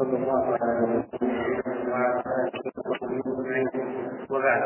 صلى الله عليه وسلم وعلى آله وصحبه أجمعين. وبعد،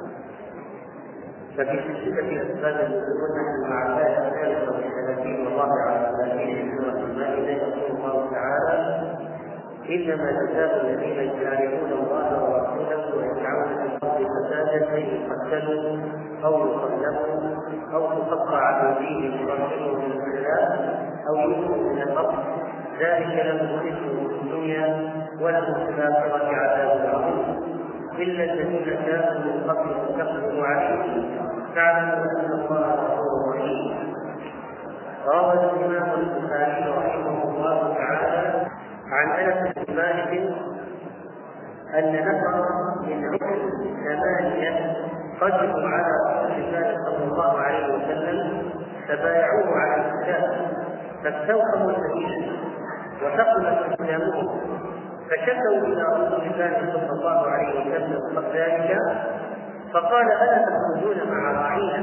ففي سلسلة أسباب السنة مع الآية الثالثة والثلاثين والرابعة والثلاثين من سورة المائدة يقول الله تعالى: إنما جزاء الذين يحاربون الله ورسوله ويسعون في الأرض فسادا أن يقتلوا أو يصلبوا أو تقطع أيديهم وأرجلهم من خلاف أو ينفوا من الأرض، ذلك لهم خزي في الدنيا ولهم في الآخرة عذاب عظيم. إلا الذين جاءوا من قبل فاستقبلوا عليهم فاعلموا أن الله غفور رحيم. روى الإمام البخاري رحمه الله تعالى عن أنس بن مالك أن نفر من عقل ثمانية قدموا على رسول الله صلى الله عليه وسلم فبايعوه على الإسلام فاستوخموا المدينة وثقلت إسلامهم فشكوا إلى رسول الله صلى الله عليه وسلم ذلك فقال: ألا تخرجون مع راعينا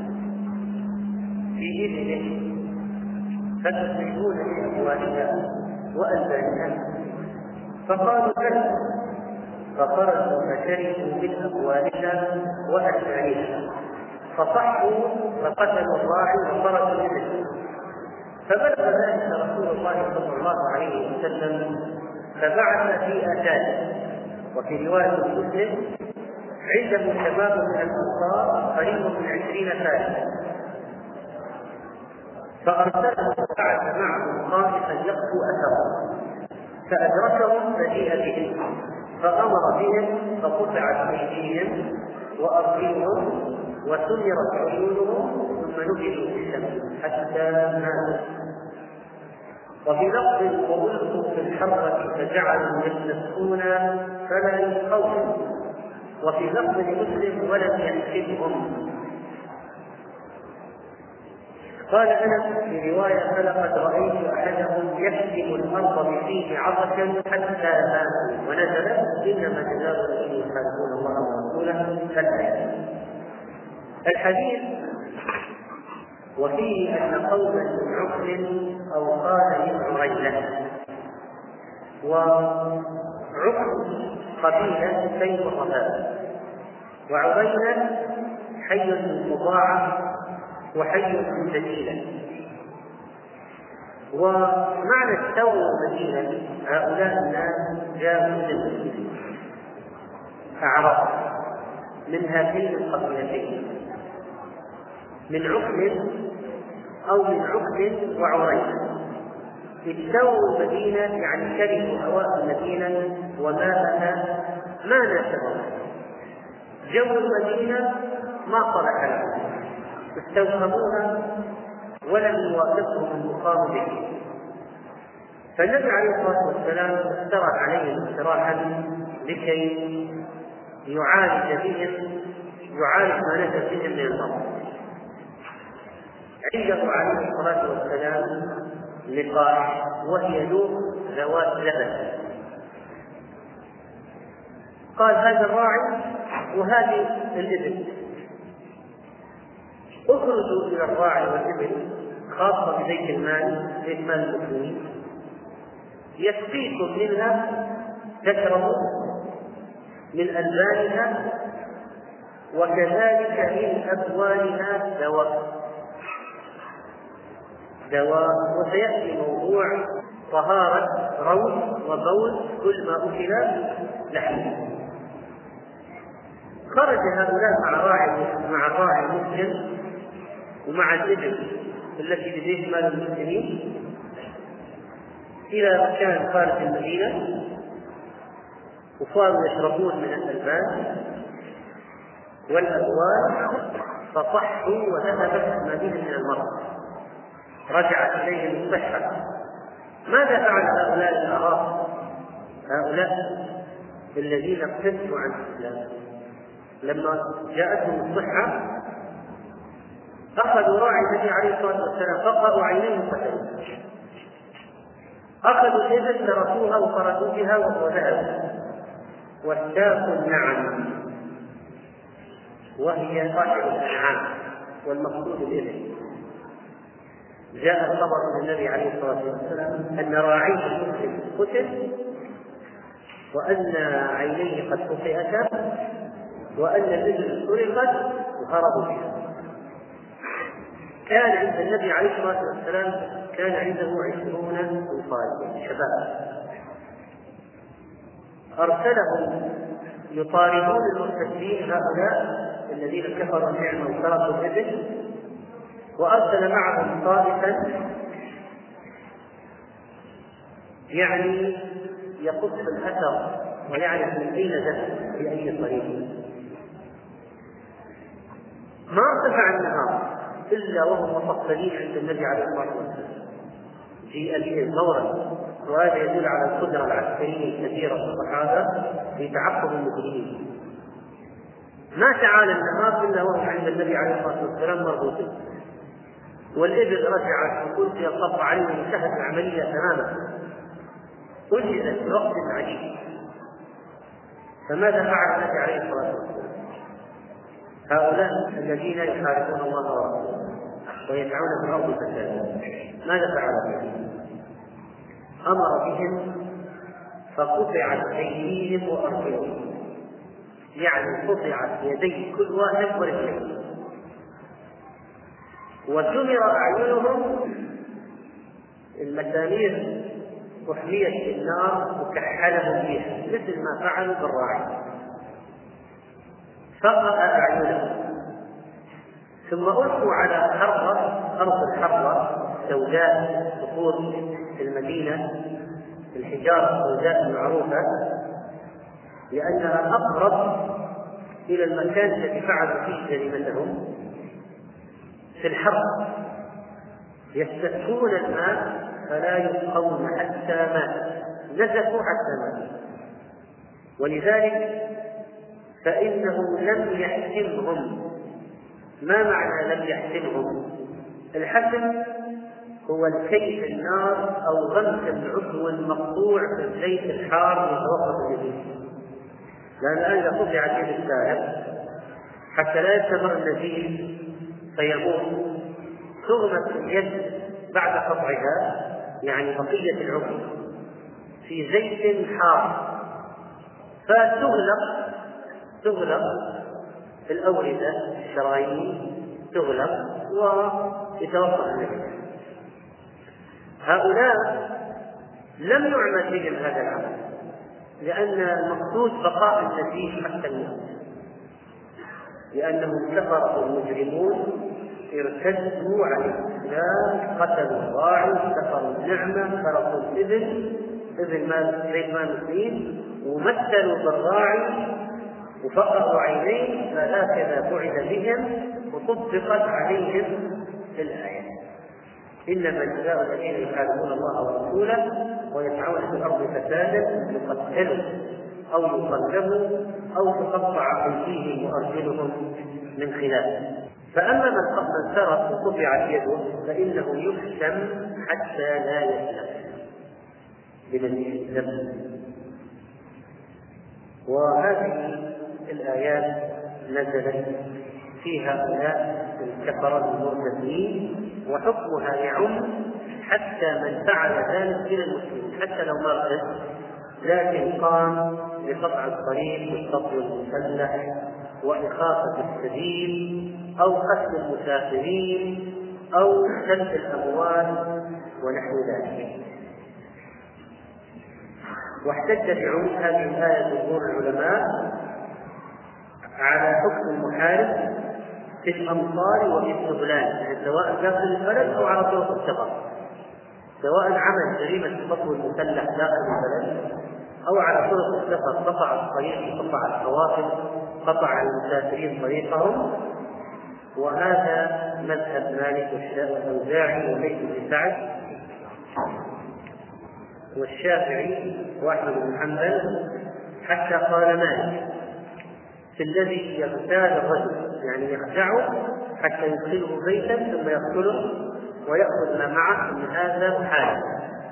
في إذنه فتصيبون بأموالنا وألباننا؟ فقالوا: كلا. فخرجوا فشربوا من أموالنا وألباننا فصحوا فقتلوا الراعي وخرجوا منه. فبلغ ذلك رسول الله صلى الله عليه وسلم فبعث في آتاه. وفي رواية مسلم: عنده شباب من الأنصار قريب من 20 فارسا، فأرسلهم فبعث معهم خامسا يقفو أثرهم فأدركهم فجيء بهم فأمر بهم فقطعت أيديهم وأرجلهم وسمرت عيونهم ثم نبذوا في الشمس حتى ماتوا. وفي لفظ: وألقوا في الحرة فجعلوا يستسقون فلا يسقون. وفي لفظ مسلم: ولم يحسبهم. قال أنس في رواية: فلقد رأيت أحدهم يحسب الأرض بفيه عطشا حتى ماتوا. ونزلت: إنما جزاء الذين يحاربون الله ورسوله الآية. الحديث وفيه أن قوما من عقل أو قال من عرينة. وعقل قبيلة سيف الرهاب، وعرينة حي مضاعف وحي جديدة. ومعنى استووا مدينة هؤلاء الناس جاءوا من أعراب من هاتين القبيلتين، من عقل أو من عقل وعرينة. استووا المدينة يعني شربوا هواء المدينة وماءها ما ناسبهم. جو المدينة ما صلح لهم، استوهموها ولم يوافقهم المقام به. فالنبي عليه الصلاة والسلام اقترح عليهم اقتراحا لكي يعالج ما نزل بهم من الأرض. عنده عليه الصلاة والسلام لقاح وهي نوق ذوات لبن. قال: هذا الراعي وهذه الإبل، اخرجوا إلى الراعي والإبل خاصة ببيت المال، بيت مال المسلمين، يسقيكم منها تشربوا من ألبانها وكذلك من أبوالها دواء. وسيأتي موضوع طهارة روث وبول كل ما أكل لحمه. خرج هؤلاء مع الراعي المسلم ومع الإبل التي ببيت مال المسلمين إلى مكان خارج المدينة، وصاروا يشربون من الألبان والأبوال فصحوا وذهبت المدينة من المرض، رجعت إليهم الصحة. ماذا فعل هؤلاء الأعراب، هؤلاء الذين ارتدوا عن الإسلام؟ لما جاءتهم الصحة أخذوا راعي النبي عليه الصلاة والسلام فقروا عينيه فتنوا، أخذوا الإبل تركوها وخرجوا بها وذهبوا. واستاقوا النعم وهي صاحب الأنعام والمقصود الإبل. جاء الخبر من النبي عليه الصلاة والسلام أن راعي المسلم قتل وأن عينيه قد فقئتا، وأن الإبل سرقت وهربوا بها. كان عند النبي عليه الصلاة والسلام كان عنده 20 أنصارا شباب، أرسلهم يطاردون المرتدين هؤلاء الذين كفروا النعمة وتركوا الإبل، وأرسل معهم طائفا يعني يقص الأثر ويعرف من أين ذهب بأي طريق. ما ارتفع النهار إلا وهم مفصلين عند النبي عليه الصلاة والسلام، جيء بهم فورا، وهذا يدل على القدرة العسكرية الكبيرة للصحابة في تعقب المسلمين. ما تعالى النهار إلا وهم عند النبي عليه الصلاة والسلام مربوطين، والإبل رجعت وكل يصب عليهم وانتهت العملية تماما، أنجزت في وقت عجيب. فماذا فعل النبي عليه الصلاة والسلام؟ هؤلاء الذين يحاربون الله ورسوله ويدعون في الأرض فسادا، ماذا فعل بهم؟ أمر بهم فقطعت أيديهم وأرجلهم، يعني قطعت يدي كل واحد ورجليه، وسمر أعينهم، المسامير أحميت بالنار وكحلهم بها مثل ما فعلوا بالراعي، فقأ أعينهم. ثم ألقوا على حرة، أرض الحرة سوداء تقول في المدينة الحجارة السوداء المعروفة لأنها أقرب إلى المكان الذي فعلوا فيه جريمتهم، في الحرب يستسقون الماء فلا يسقون حتى مات، نزفوا حتى مات. ولذلك فإنه لم يحسمهم. ما معنى لم يحسمهم؟ الحسم هو الكي في النار أو غمس العضو المقطوع في الزيت الحار متوسط الجسم، لأن الآن إذا قطع يد السائر حتى لا يستمر النزيف فيموت، تغمس اليد بعد قطعها يعني بقية العضو في زيت حار، فتغلق الأوردة الشرايين، تغلق ويتوقف النزيف. هؤلاء لم يعمل بهم هذا العمل لأن المقصود بقاء النزيف حتى الموت، لأنهم كفروا المجرمون ارتدوا عن الإسلام، قتلوا الراعي، كفروا النعمة، سرقوا الإبل زي ما مسلمين، ومثلوا بالراعي وفقروا عينيه، فهكذا فعل بهم وطبقت عليهم الآية: إنما جزاء الذين يحاربون الله ورسوله ويسعون في الأرض فسادا يقتلوا أو يصلبوا أو تقطع أيديهم وأرجلهم من خلاف. فأما من سرق وقطعت يده فإنه يحسم حتى لا يسلم بمزيد الذنب. وهذه الآيات نزلت في هؤلاء الكفرة المرتدين، وحكمها يعم حتى من فعل ذلك من المسلمين، حتى لو ما ارتد لكن قام بقطع الطريق والسطو المسلح وإخافة السبيل أو قتل المسافرين أو سلب الأموال ونحو ذلك. واحتج بعموم هذه الآية جمهور العلماء على حكم المحارب في الأمطار وفي السبلان، يعني سواء داخل البلد أو على طرق السفر، سواء عمل جريمة السطو المسلح داخل البلد أو على طرق السفر، قطع الطريق، قطع القوافل، قطع المسافرين طريقهم. وهذا مذهب مالك والأوزاعي وليث بن سعد والشافعي وأحمد بن حنبل، حتى قال مالك في الذي يغتال الرجل، يعني يخدعه حتى يدخله بيتا ثم يقتله ويأخذ ما معه، من هذا محارب،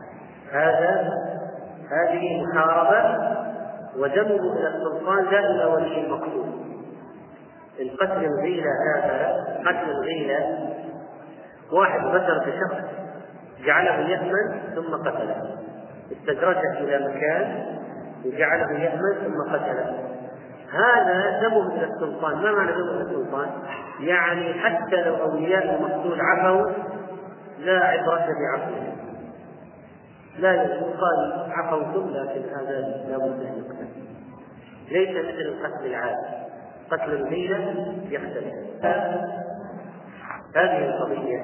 هذه محاربة ودمه إلى السلطان لا إلى ولي المقتول. القتل الغيلة هذا قتل الغيلة، واحد بشر بشخص جعله يأمن ثم قتله، استدرجه إلى مكان وجعله يأمن ثم قتله، هذا دمه من السلطان. ما معنى دمه من السلطان؟ يعني حتى لو أولياء المقتول عفوا لا عبرة بعفوه، لا يقال عفوتم لكن هذا لا بد أن يقتل، ليس مثل القتل العادي، قتل الغيلة يختلف. هذه القضية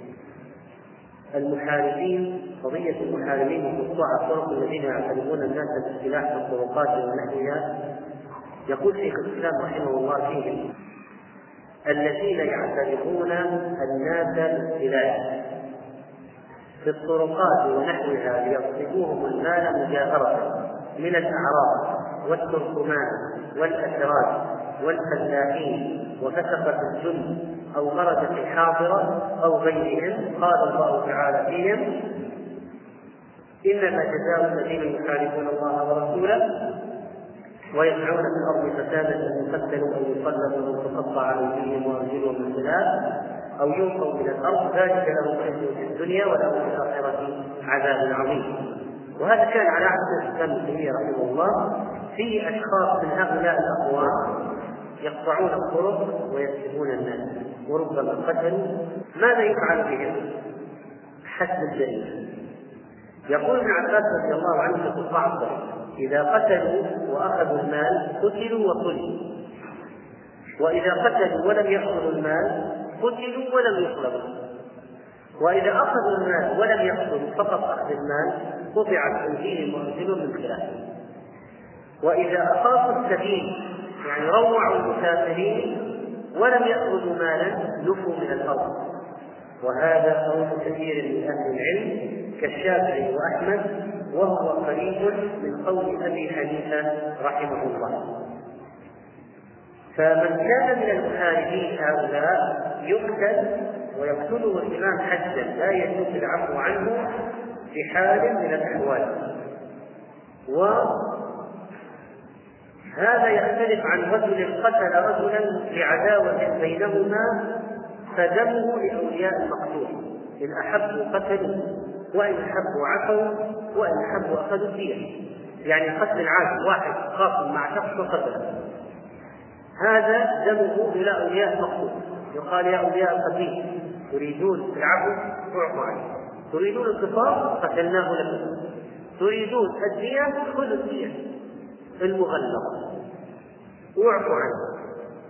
المحاربين، قضية المحاربين وقطاع الطرق الذين يعترضون الناس بالسلاح في الطرقات ونحوها، يقول شيخ الإسلام رحمه الله فيهم: الذين يعترضون الناس بالسلاح في الطرقات ونحوها ليصرفوهم المال مجاهرة من الأعراب والتركمان والأتراك والفلاحين وفسقة الجند أو مردة الحاضرة أو غيرهم، قال الله تعالى فيهم: إنما جزاء الذين يحاربون الله ورسوله ويسعون في الأرض فسادا أن يقتلوا أو يصلبوا أو تقطع أيديهم وأرجلهم من خلاف أو يلقوا من الأرض، ذلك لهم خزي في الدنيا ولهم في الآخرة عذاب عظيم. وهذا كان على عهد الإسلام ابن تيمية رحمه الله في أشخاص من هؤلاء الأقوام يقطعون الطرق ويسلبون الناس وربما قتلوا. ماذا يفعل بهم؟ حد الجريمة. يقول ابن عباس رضي الله عنه في قطاع الطرق: إذا قتلوا وأخذوا المال قتلوا وصلبوا، وإذا قتلوا ولم يأخذوا المال قتلوا ولم يصلبوا، وإذا أخذوا المال ولم يقتلوا فقط أخذ المال قطعت أيديهم وأرجلهم من خلاف، وإذا أخافوا السبيل يعني روعوا المسافرين ولم يأخذوا مالا نفوا من الأرض. وهذا قول كثير من أهل العلم كالشافعي وأحمد، وهو قريب من قول أبي حنيفة رحمه الله. فمن كان من المحاربين هؤلاء يقتل ويقتله الإمام حدا لا يجوز العفو عنه في حال من الأحوال. وهذا يختلف عن رجل قتل رجلا لعداوة بينهما فدمه لأولياء المقتول، إن أحبوا قتلوا وإن أحبوا عفوا وإن أحبوا أخذوا فيه، يعني قتل العادي واحد قاتل مع شخص وقتله، هذا دمه إلى أولياء المقتول. يقال: يا أولياء القتيل تريدون العفو اعفوا عنه، تريدون القصاص قتلناه لكم، تريدون الدية خذوا الدية المغلظة واعفوا عنه،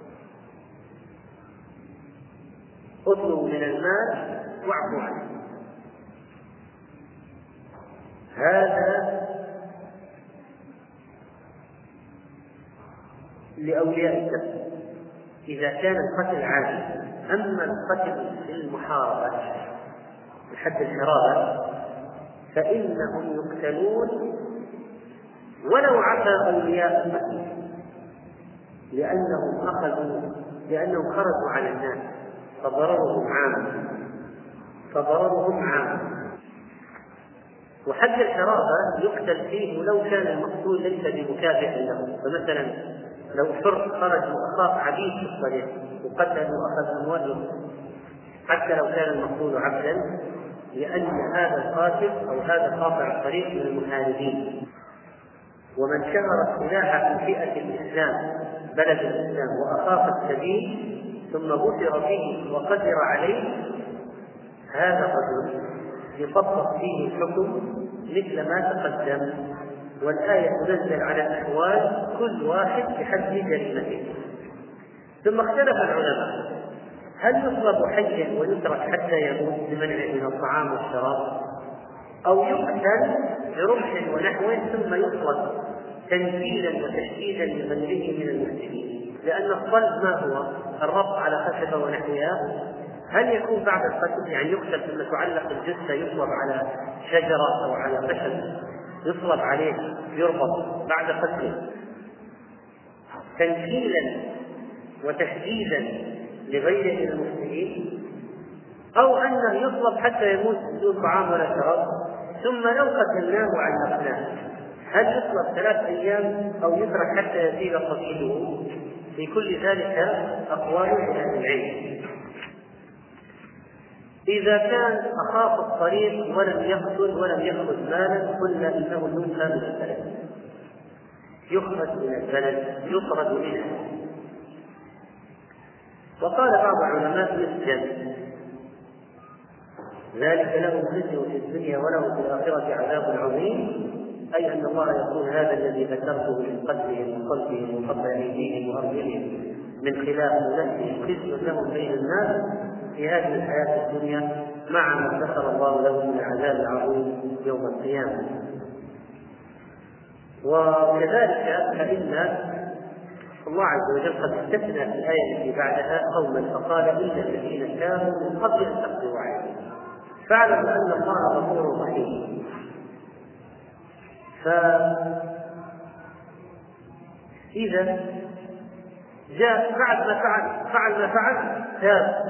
اطلبوا من المال واعفوا عنه. هذا لأولياء الدم إذا كان القتل عادي. أما القتل في المحاربة بحد الحرابة فإنهم يقتلون ولو عفى أولياء القتل، لأنهم خرجوا على الناس فضررهم عام. وحد الحرابة يقتل فيه لو كان المقتول ليس بمكافئ له، فمثلا لو حر خرج وأخاف عبيد في الطريق وقتل وأخذ أمواله حتى لو كان المقتول عبدا، لأن هذا القاتل أو هذا قاطع الطريق من المحاربين. ومن شهر السلاح في فئة الإسلام بلد الإسلام وأخاف السبيل ثم بشر فيه وقدر عليه، هذا الرجل يطبق فيه الحكم مثل ما تقدم، والآية تنزل على أحوال كل واحد بحسب جريمته. ثم اختلف العلماء: هل يطلب حيا ويترك حتى يموت بمنعه من الطعام والشراب، أو يقتل برمح ونحوه ثم يطلق تنكيلا وتشديدا لغيره من المسلمين؟ لأن الصلب ما هو؟ الربط على خشبة ونحوها. هل يكون بعد القتل يعني يقتل ثم تعلق الجثة يصلب على شجرة أو على خشب يصلب عليه يربط بعد قتله تنكيلا وتشديدا لغيره من المسلمين، أو أنه يصلب حتى يموت بدون طعام ولا شراب ثم لو قتلناه وعلقناه؟ هل يصلب 3 أيام أو يترك حتى يزيل قتيله؟ في كل ذلك أقوال أهل العلم. إذا كان أخاف الطريق ولم يقتل ولم يأخذ مالا قلنا إنه ينهى من الثلاث. يخرج من البلد يطرد منه. وقال بعض العلماء يسجن، ذلك له خزي في الدنيا وله في الآخرة عذاب عظيم، أي أن الله يقول هذا الذي ذكرته من قتلهم وقلبهم وقطع أيديهم وأرجلهم من خلاف نفسه خزي لهم بين الناس في هذه الحياة الدنيا مع ما ذكر الله له من العذاب العظيم يوم القيامة. وكذلك فإن الله عز وجل قد استثنى في الآية التي بعدها قوما فقال إن الذين كانوا من قبل أن تقدروا عليهم فاعلموا أن الله غفور رحيم. فإذا جاء بعد ما فعل ما فعل تاب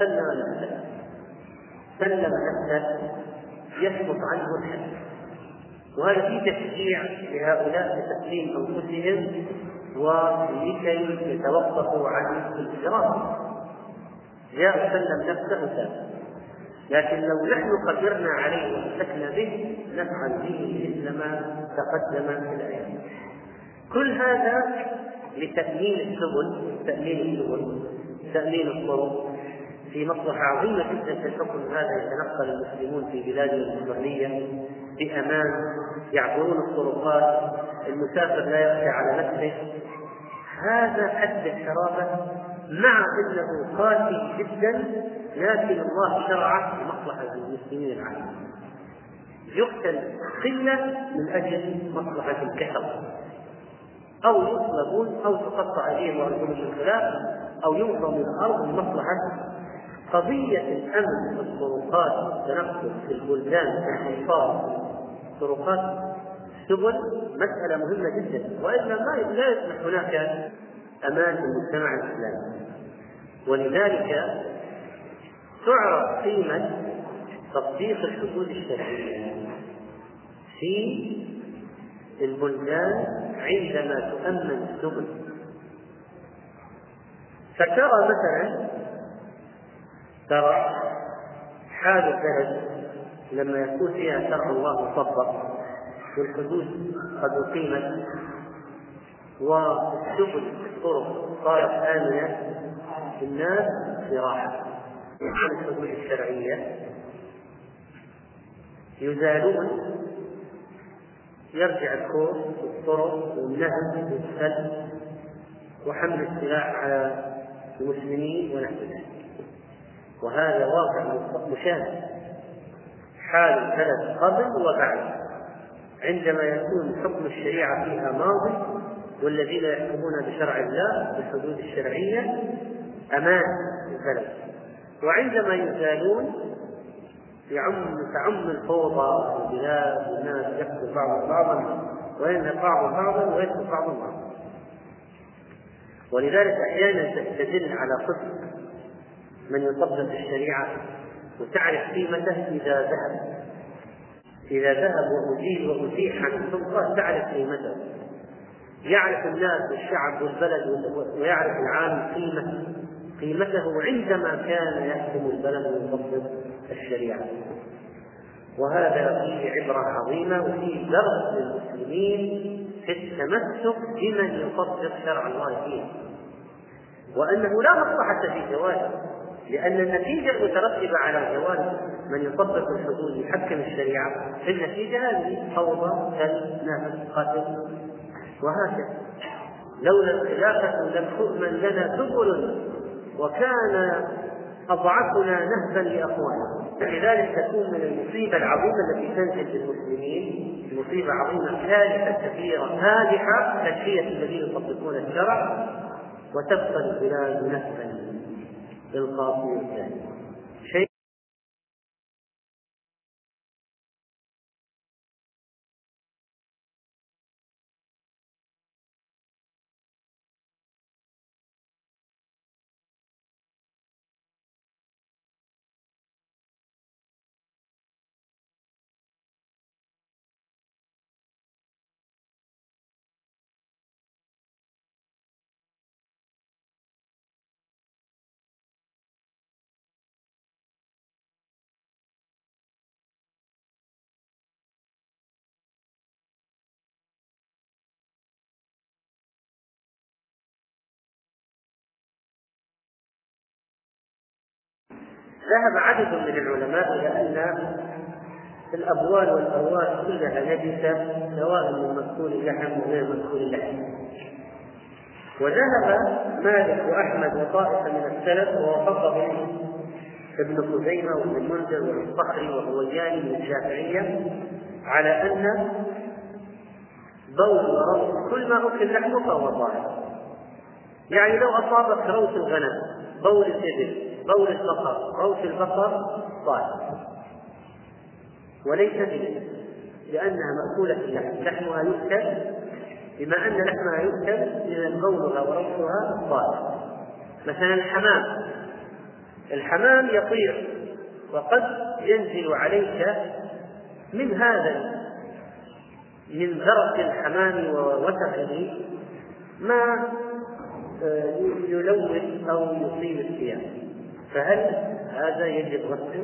سلم نفسه يسقط عنه الحد. وهذا فيه تشجيع لهؤلاء بتسليم أنفسهم ولكي يتوقفوا عن الإجرام. جاء سلم نفسه تاب. لكن لو نحن قدرنا عليه ومسكنا به نفعل به مثل ما تقدم في الآية. كل هذا لتأمين السبل، تأمين الطرق، في مصلحة عظيمة جدا في الحكم هذا. يتنقل المسلمون في بلادهم الحرية بأمان، يعبرون الطرقات، المسافر لا يخشى على نفسه. هذا حد الحرابة مع أنه قاسي جدا، لكن الله شرعه لمصلحة المسلمين العامة. يقتل قلة من أجل مصلحة الكثرة، أو يصلبون أو تقطع أيديهم وأرجلهم من خلاف، أو ينفوا من الأرض لمصلحة قضية الأمن في الطرقات. تنقل في البلدان في الحفاظ طرقات سبل مسألة مهمة جدا، وإلا لا يصبح هناك أمان في المجتمع الإسلامي. ولذلك تعرف قيمة تطبيق الحدود الشرعية في البلدان عندما تؤمن السبل. فترى مثلا حال البلد لما يكون فيها شرع الله مطبق والحدود قد أقيمت والسبل الطرق صارت آمنة، الناس في راحة عن الحدود الشرعية، يزالون، يرجع الخوف والطرق والنهب والسلب وحمل السلاح على المسلمين ونحو ذلك. وهذا واقع مشاهد حال البلد قبل وبعد، عندما يكون حكم الشريعة فيها ماضي والذين يحكمون بشرع الله بالحدود الشرعية أمان البلد، وعندما يزالون تعم الفوضى في البلاد والناس يقتل بعضا وينهب بعضا ويقتل بعضا. ولذلك أحيانا تستدل على صدق من يطبق الشريعة وتعرف قيمته إذا ذهب وأزيح عن السلطة تعرف قيمته. يعرف الناس والشعب والبلد ويعرف العالم قيمته عندما كان يحكم البلد ويطبق الشريعة. وهذا فيه عبرة عظيمة وفيه درس للمسلمين في التمسك بمن يطبق شرع الله فيه، وأنه لا مصلحة في زواله، لأن النتيجة المترتبة على زوال من يطبق الحدود يحكم الشريعة في النتيجة هذه فوضى، نهب، قتل، وهكذا. لولا الخلافة لم تؤمن لنا سبل وكان أضعفنا نهبا لأخوانا. لذلك تكون من المصيبة العظيمة التي تنزل بالمسلمين مصيبة عظيمة كارثة كبيرة هادحة تكفية الذين يطبقون الشرع، وتبقى البلاد نهبا للقاضي الثاني. ذهب عدد من العلماء إلى أن الأبوال والأرواح كلها نجسة سواء من مأكول اللحم وغير مأكول اللحم. وذهب مالك وأحمد وطائفة من السلف ووافقهم ابن خزيمة وابن المنذر والصخري والروياني من الشافعية على أن بول وروث كل ما أكل لحمه فهو طاهر. يعني لو أصابك روث الغنم، بول الإبل، بول البقر، روث البقر طاهر وليس بنجس لأنها مأكولة اللحم، لحمها يؤكل، بما أن لحمها يؤكل إذا بولها وروثها طاهر. مثلا الحمام يطير وقد ينزل عليك من ذرة الحمام ووسخه ما يلوث أو يصيب الثياب، فهل هذا يجب غسله؟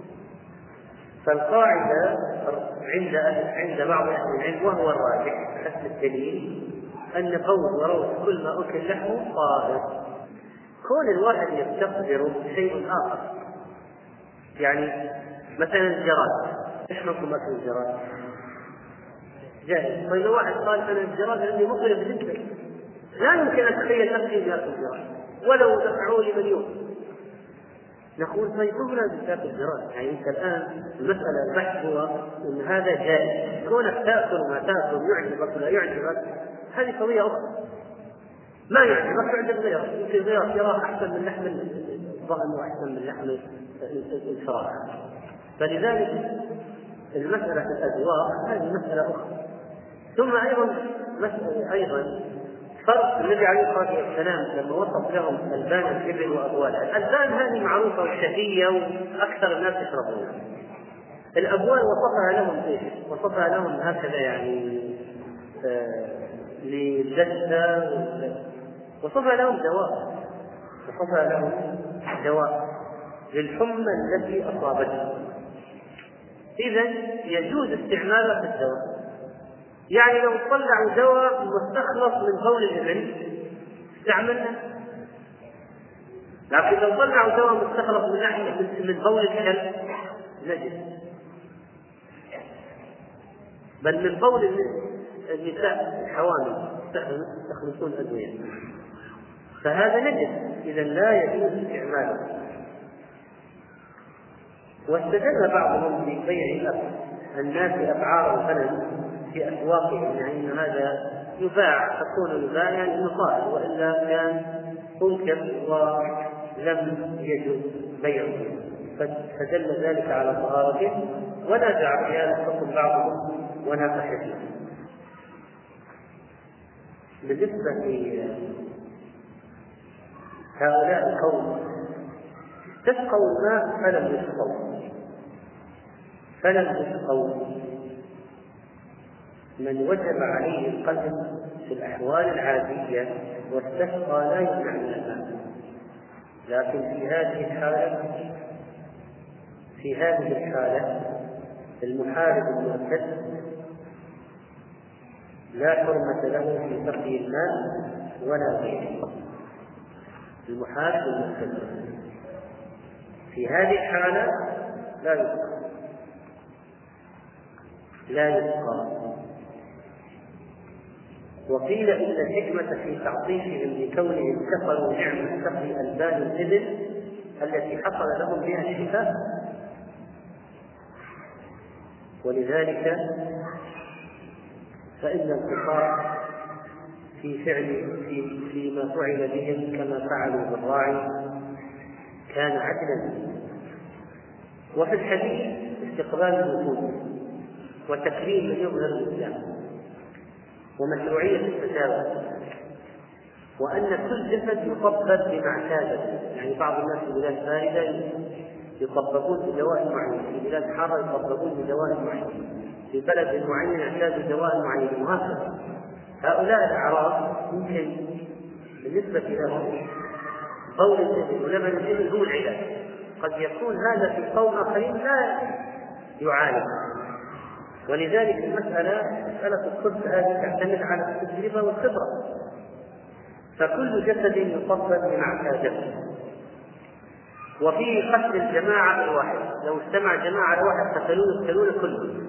فالقاعدة عند بعض أهل العلم وهو الراجح حسب الدليل أن بول وروث كل ما أكل لحمه طاهر. كون الواحد يستقدر شيء آخر، يعني مثلا الجراد، ايش حكم أكل الجراد؟ جائز. فإذا واحد قال أنا الجراد عندي مقلب جدا، لا يمكن أن أتخيل نفسي بأكل الجراد ولو دفعوا لي مليون، نقول طيب لا تاكل الجراد. يعني أنت الآن المسألة البحث هو أن هذا جائز، كونك تأكل ما تأكل يعجبك ولا يعجبك هذه قضية أخرى. ما يعجبك عندك غيره، يمكن غيرك يراه أحسن من لحم الضأن وأحسن من لحم الفراخ. فلذلك المسألة الأذواق هذه مسألة أخرى. ثم أيضا فرق النبي عليه الصلاة والسلام لما وصف لهم ألبان الإبل وأبوالها. الألبان هذه معروفة والشهية وأكثر الناس يشربونها. الأبوال وصفها لهم هكذا يعني للذة، وصفها لهم دواء للحمى التي أصابتها. إذا يجوز استعمالها في الدواء. يعني لو طلعوا دواء مستخلص من بول الإبل استعملنا، لكن لو طلعوا دواء مستخلص من بول الكلب نجس، بل من بول النساء الحوامل يستخلصون أدوية، فهذا نجس، إذا لا يجوز استعماله. واستدل بعضهم ببيع الناس أبعار الغنم في أسواقهم، يعني أن هذا يباع، تكون يباع يعني المصائب، وإلا كان منكر ولم يجوز بيعه، فدل ذلك على طهارته. ونازع في هذا الحكم بعضهم وناقش فيه. بالنسبة لهؤلاء القوم تسقوا الماء فلم يسقوا، من وجب عليه القدم في الأحوال العادية واستسقى لا يمنع من الماء، لكن في هذه الحالة المحارب المعتد لا حرمة له في سقي الماء ولا غيره. المحارب المعتد في هذه الحالة لا يسقى. وقيل إن الحكمة في تعطيشهم لكونهم كفروا نعمة سقي ألبان الإبل التي حصل لهم بها الشفاء، ولذلك فإن الكفار فيما فعل بهم كما فعلوا بالراعي كان عدلا. وفي الحديث استقبال الوجود وتكريم من يظهر الإسلام ومشروعية التجاوز، وأن كل جسد يطبب بما اعتاده. يعني بعض الناس في بلاد باردة يطببون بدواء معين، في بلاد حارة يطببون بدواء معين، في بلد معين يعتادوا دواء معين، وهكذا. هؤلاء الأعراب يمكن بالنسبة لهم بول الإبل ولبن الإبل هو العلاج، قد يكون هذا في قوم آخرين لا يعالج. ولذلك مسألة الطب هذه تعتمد على التجربة والخبرة، فكل جسد يطبب بما اعتاده. وفيه قتل الجماعة الواحد، لو اجتمع جماعة الواحد قتلون كلهم.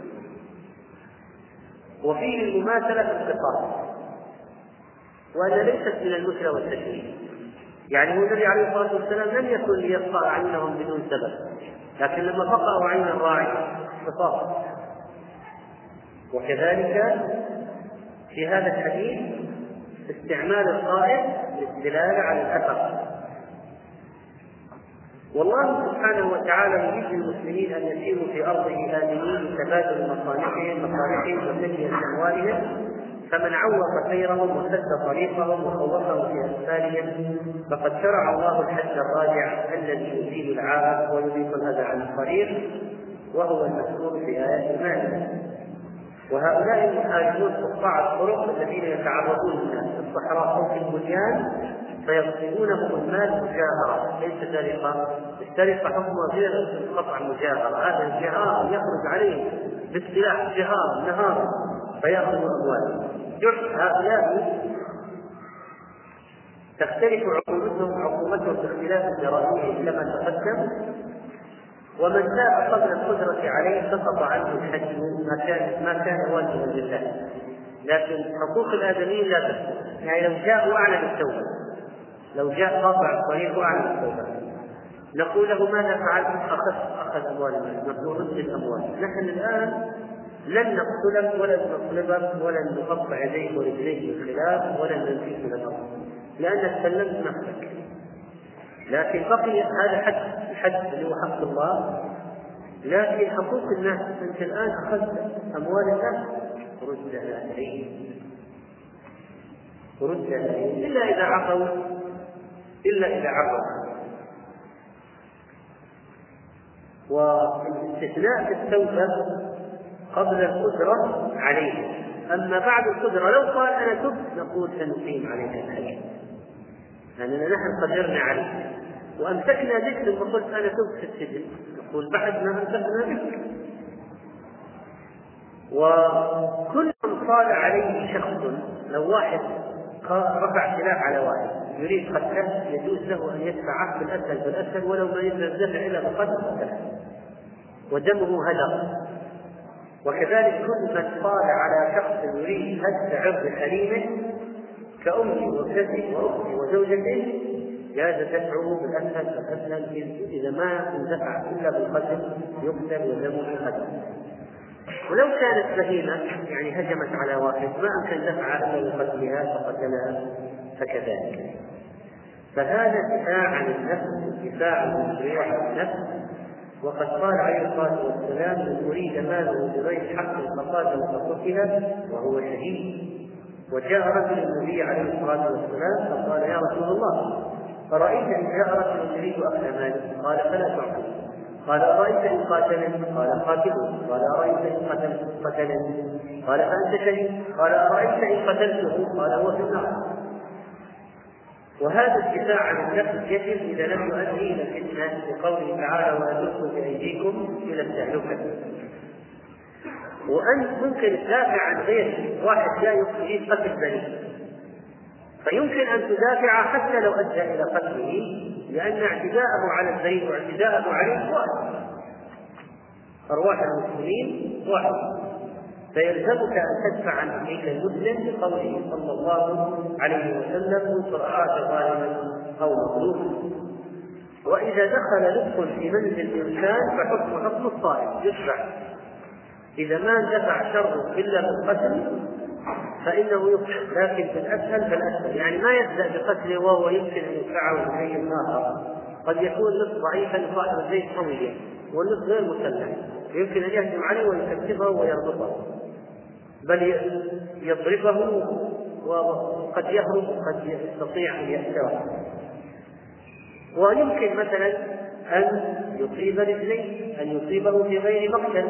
وفيه المماثلة في القصاص، وأنا ليست من المثلى والتشريع، يعني هو النبي عليه الصلاة والسلام لم يكن ليقطع أعينهم بدون سبب، لكن لما فقعوا عين الراعي قصاص. وكذلك في هذا الحديث استعمال القائد للدلالة على الأثر. والله سبحانه وتعالى يريد للمسلمين أن يسيروا في أرضه آمنين بتبادل مصالحهم وتنمية أموالهم، فمن عوق خيرهم وسد طريقهم وخوفهم في أسفارهم فقد شرع الله الحج الراجع الذي يزيل العائق ويذيق الأذى عن الطريق، وهو المذكور في آيات المائدة. وهؤلاء المهاجرون قطاع الطرق الذين يتعرضون الناس في الصحراء أو في البنيان فيغصبونهم المال مجاهرة، ليس سرقة. السرقة حكمها غير قطع مجاهرة، هذا الجهار يخرج عليه بالسلاح جهار نهار فيأخذوا أموالهم. هؤلاء تختلف عقوبتهم باختلاف جرائمهم كما تقدم، ومن تاب قبل القدرة عليه سقط عنه الحج ما كان واجبا لله، لكن حقوق الآدميين لا تسقط. يعني لو جاء وأعلن التوبة، لو جاء قاطع الطريق وأعلن التوبة نقول له ماذا فعلت؟ أخذ أموال الناس، نقول رد الأموال. نحن الآن لن نقتلك ولن نصلبك ولن نقطع يديك ورجليك بالخلاف ولن ننفيك من الأرض لأنك سلمت نفسك. لكن بقي هذا حد اللي هو حق الله، لكن حقوق الناس أنت الآن أخذت أموال الناس ردها عليهم إلا إذا عفوا والاستثناء في التوبة قبل القدرة عليه. أما بعد القدرة لو قال أنا تبت نقول سنقيم عليك الحج، لأننا نحن قدرنا عليه وأمسكنا بك ثم قلت أنا تبت في السجن، نقول بعد ما أمسكنا بك. وكل من قال عليه شخص، لو واحد رفع سلاح على واحد يريد قتله يجوز له أن يدفعه بالأسهل ولو ما يقدر الدفع إلا بقتله ودمه هدر. وكذلك كل من قال على شخص يريد هد عرض حريمه كأمه وابنته وأخته وزوجته جاز دفعه بالأسهل إذا ما اندفع إلا بالقتل يقتل ودمه هدر. ولو كانت بهيمة يعني هجمت على واحد ما أمكن دفعها إلا بقتلها فقتلها فكذلك. فهذا دفاع عن النفس، دفاع المشروع عن النفس. وقد قال عليه الصلاة والسلام من أريد ماله بغير حق فقاتل فقتل وهو شهيد. وجاء رجل النبي عليه الصلاة والسلام فقال يا رسول الله أرأيت إن جاء رجل يريد أخذ مالي؟ قال فلا تعطي. قال أرأيت إن قاتلني؟ قال قاتله. قال أرأيت إن قتلني؟ قال فأنت شهيد. قال أرأيت إن قتلته؟ قال هو في النار. وهذا الدفاع عن النفس يجب إذا لم يؤدي إلى الفتنة لقوله تعالى ولا تلقوا بأيديكم إلى التهلكة. وأنت ممكن تدافع عن غير واحد جاء يريد قتل بريء، فيمكن أن تدافع حتى لو أدى إلى قتله، لأن اعتداءه على البريء واعتداءه عليه واحد، أرواح المسلمين واحد، فيلزمك أن تدفع عن أخيك المسلم بقوله صلى الله عليه وسلم انصر أخاك ظالما أو مظلوما. وإذا دخل لطف في منزل الإنسان فحكم الصائب يدفع، إذا ما اندفع شر إلا بالقتل فإنه يقتل، لكن بالأسهل فالأسهل، يعني ما يبدأ بقتله وهو يمكن أن يدفعه لشيء آخر. قد يكون نصف ضعيفا صاحب الزيت قويا والنصف غير مسلح، يمكن أن يهجم عليه ويكتفه ويربطه، بل يضربه وقد يهرب وقد يستطيع أن يأسره. ويمكن مثلا أن يصيب رجليه، أن يصيبه في غير مقتل.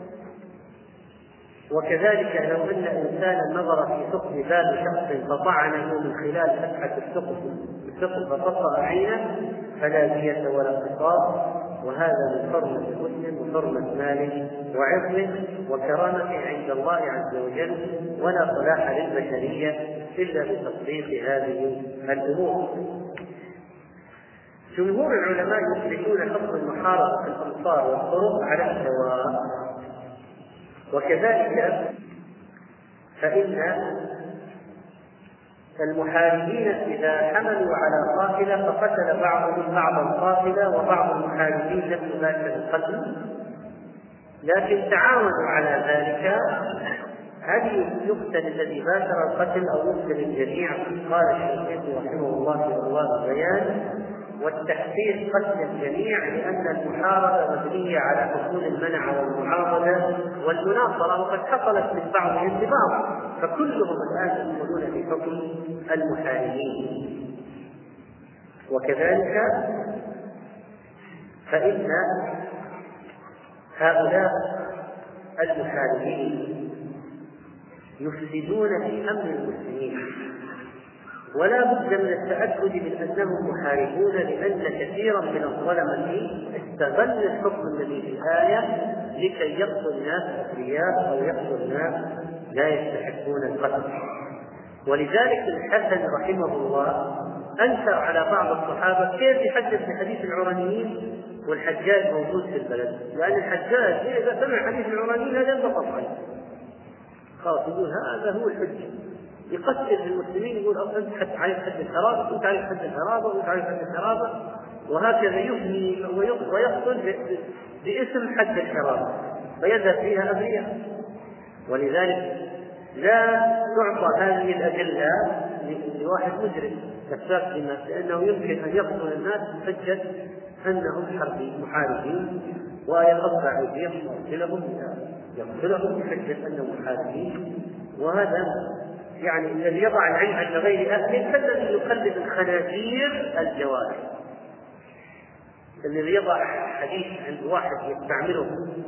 وكذلك لو أن إنسانا نظر في ثقب باب شخص فطعنه من خلال فتحة الثقب فقطع عينه فلا دية ولا قصاص، وهذا من حرمة المسلم وحرمة ماله وعرضه وكرامته عند الله عز وجل، ولا صلاح للبشرية إلا بتطبيق هذه الأمور. جمهور العلماء يثبتون حكم محاربة الأمصار والطرق على السواء، وكذلك فإن المحاربين إذا حملوا على قافلة فقتل بعضهم بعض القافلة وبعض المحاربين لم يباشر القتل لكن تعاونوا على ذلك، هل يقتل الذي باشر القتل أو يقتل الجميع؟ قال الشيخ رحمه الله في أبواب البيان: والتحقيق قتل الجميع، لأن المحاربة مبنية على حصول المنع والمعاضدة والمناصرة، وقد حصلت من بعضهم لبعض، فكلهم الآن يدخلون في حكم المحاربين. وكذلك فإن هؤلاء المحاربين يفسدون في أمر المسلمين، ولا بد من التأكد من أنهم محاربون، لأن كثيرا من الظلمة استغل الحكم الذي في الآية لكي يقتل الناس أبرياء أو يقتل الناس لا يستحقون القتل. ولذلك الحسن رحمه الله أنكر على بعض الصحابة كيف يحدث بحديث العرانيين والحجاج موجود في البلد، لأن الحجاج إذا سمع حديث العرانيين هذا ينبسط عليه، خلاص يقول هذا هو الحجة، يقتل المسلمين، يقول أنت عايز حد الحرابة وأنت عايز حد الحرابة وأنت عايز حد الحرابة، وهكذا يفني ويقتل باسم حد الحرابة فيذهب فيها أبرياء. ولذلك لا تعطى هذه الأدلة لواحد مجرم كفاف للناس، لأنه يمكن أن يقتل الناس بحجة أنهم محاربين ويقطع أيديهم ويقتلهم بحجة أنهم محاربين. وهذا يعني الذي يضع العلم عند غير أهله كالذي يقلد الخنازير الجوارح، الذي يضع حديث عند واحد يستعمله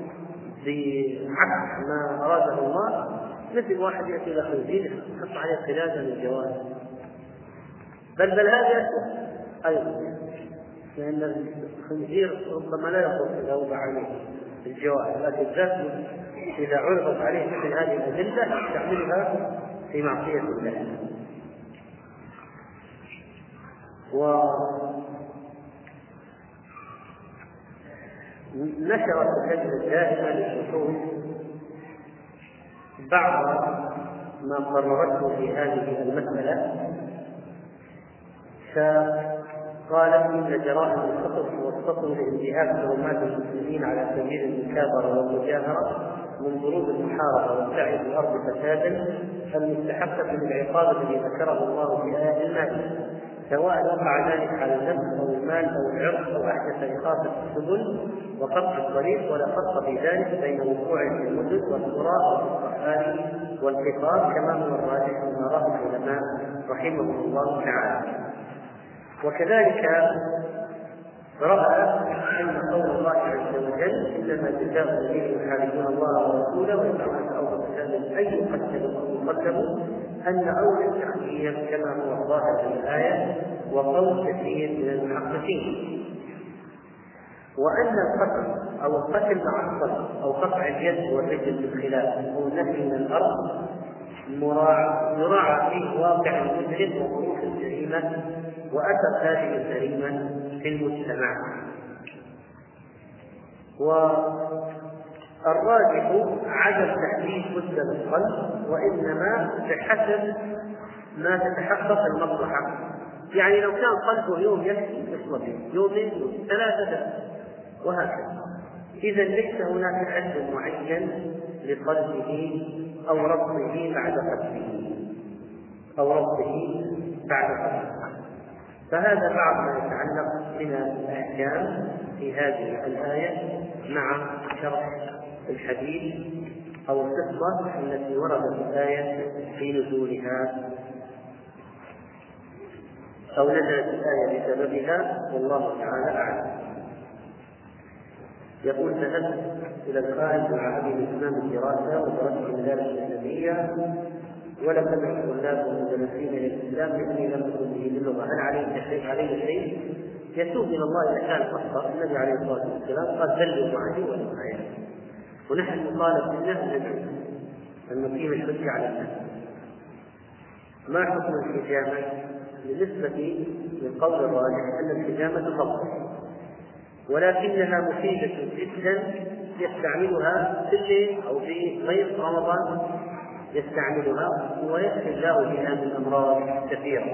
بعكس ما أراده الله، مثل واحد يأتي إلى خنزير يحط عليه قلادة من الجوارح، بل هذا أسوأ أيضا، لأن الخنزير ربما لا يقول إذا وضع عليه الجوارح، لكن ذاته إذا عرضت عليه مثل هذه الأدلة يستعملها في معصية الله. ونشرت اللجنة الدائمة للبحوث بعض ما قررته في هذه المسألة، فقالت إن جرائم الخطف والسطو لانتهاك حرمات المسلمين على سبيل المكابرة والمجاهرة من ضروب المحاربة والسعي في الأرض فسادا المستحقة بالعقاب الذي ذكره الله في آية المائدة، سواء وقع ذلك على النفس أو المال أو العرض أو أحدث إخافة السبل وقطع الطريق، ولا فرق في ذلك بين وقوع في المدن والقرى والصحاري والقطار، كما هو الراجح من آراء العلماء رحمهم الله تعالى. وكذلك رأى أن قول الله عز وجل: إنما جزاء الذين يحاربون الله ورسوله ويسعون في الأرض فسادا أن يقتلوا أو يقتلوا، أن أولى التخيير كما هو الظاهر في الآية وقول كثير من المحققين، وأن القتل أو القتل مع الصلب أو قطع اليد والرجل بالخلاف أو النفي من الأرض يراعى فيه واقع المجرم وظروف الجريمة وأثر هذه الجريمة في المجتمع. والراجح عدم تحديد مدة القلب، وإنما بحسب ما تتحقق المصلحة، يعني لو كان قلبه يوم يكفي يصلب، يومين ثلاثة وهكذا، إذا ليس هناك حد معين لقلبه أو ربطه بعد قتله أو ربطه بعد قتله. فهذا بعض ما يتعلق من الأحكام في هذه الآية مع شرح الحديث أو القصة التي وردت الآية في نزولها أو نزلت الآية بسببها، والله تعالى أعلم. يقول: ذهبت إلى الخارج مع أبي الإسلام الدراسة ودرست المدارس الأجنبية، ولم أدرك طلاب المدرسين للإسلام لأني لم أكن به باللغة، هل علي شيء؟ يتوب إلى الله إذا كان قصر. النبي عليه الصلاة والسلام قال: بلغوا عني ولو آية. ونحن نطالب بالله أن نقيم الحجة على الناس. ما حكم الحجامة بالنسبة للقول الراجح أن الحجامة تفضل، ولكنها مفيدة جدا يستعملها في الليل أو في غير رمضان يستعملها ويكفي الله بها من أمراض كثيرة.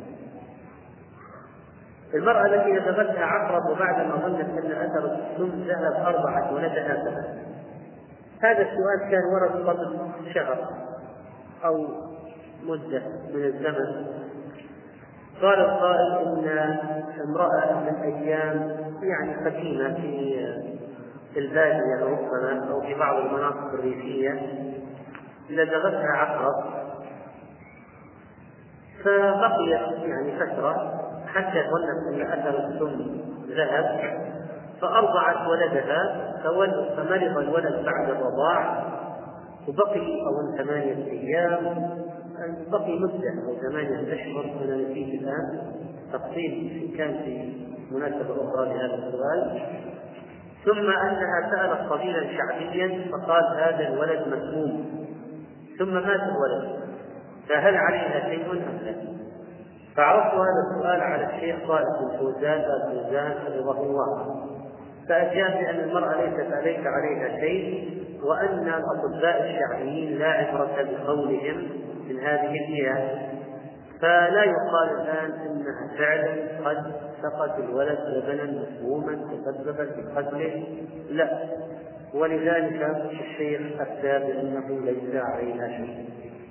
المرأة التي نزغتها عقرب وبعدما ظنت أن أثر السم ذهب أرضعت ولدها سنة، هذا السؤال كان ورد قبل شهر أو مدة من الزمن. قال القائل إن امرأة من أيام يعني قديمة في البادية ربما أو في بعض المناطق الريفية لدغتها عقرب، فبقيت يعني فترة حتى ظنت أن أثر السم ذهب فأرضعت ولدها، فمرض الولد بعد الرضاع وبقي أو 8 أيام، بقي مدة أو 8 أشهر. أنا نسيت الآن تفصيل كان في مناسبة أخرى لهذا السؤال. ثم أنها سألت طبيبا شعبيا فقال هذا الولد مسموم، ثم مات الولد، فهل عليها شيء أم لا؟ فعرضت هذا السؤال على الشيخ صالح بن فوزان حفظه الله، فأجاب بأن المرأة ليس عليها شيء، وأن الأطباء الشعبيين لا عبرة بقولهم من هذه الجهة، فلا يقال الآن إنها فعلا قد سقط الولد لبنا مسموما تسببا بقتله، لا. ولذلك الشيخ أفتى بأنه ليس عليها شيء.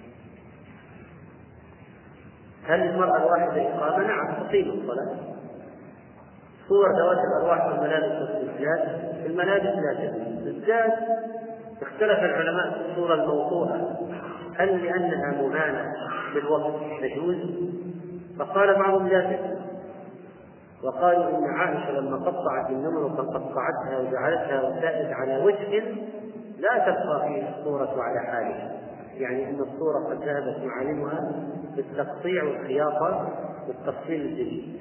هل المرأة الواحدة إقامة؟ نعم تقيم الصلاة. صور ذوات الأرواح في الملابس والسجاد، في الملابس لا تجوز، السجاد اختلف العلماء في الصورة الموضوعة هل لأنها مهانة بالوقت تجوز؟ فقال بعضهم لا تجوز، وقالوا إن عائشة لما قطعت النمر فقطعتها وجعلتها وسائد على وجه لا تبقى فيه الصورة على حالها، يعني أن الصورة قد ذهبت معالمها بالتقطيع والخياطة والتفصيل الجديد.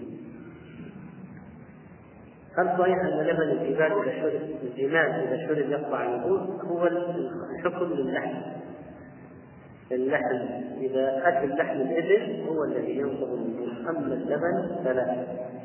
هل صحيح أن لبن الجمال إذا شرب يقطع النفوس؟ هو الحكم للحم، إذا أكل لحم الإبل هو الذي ينقض النفوس، أما اللبن فلا.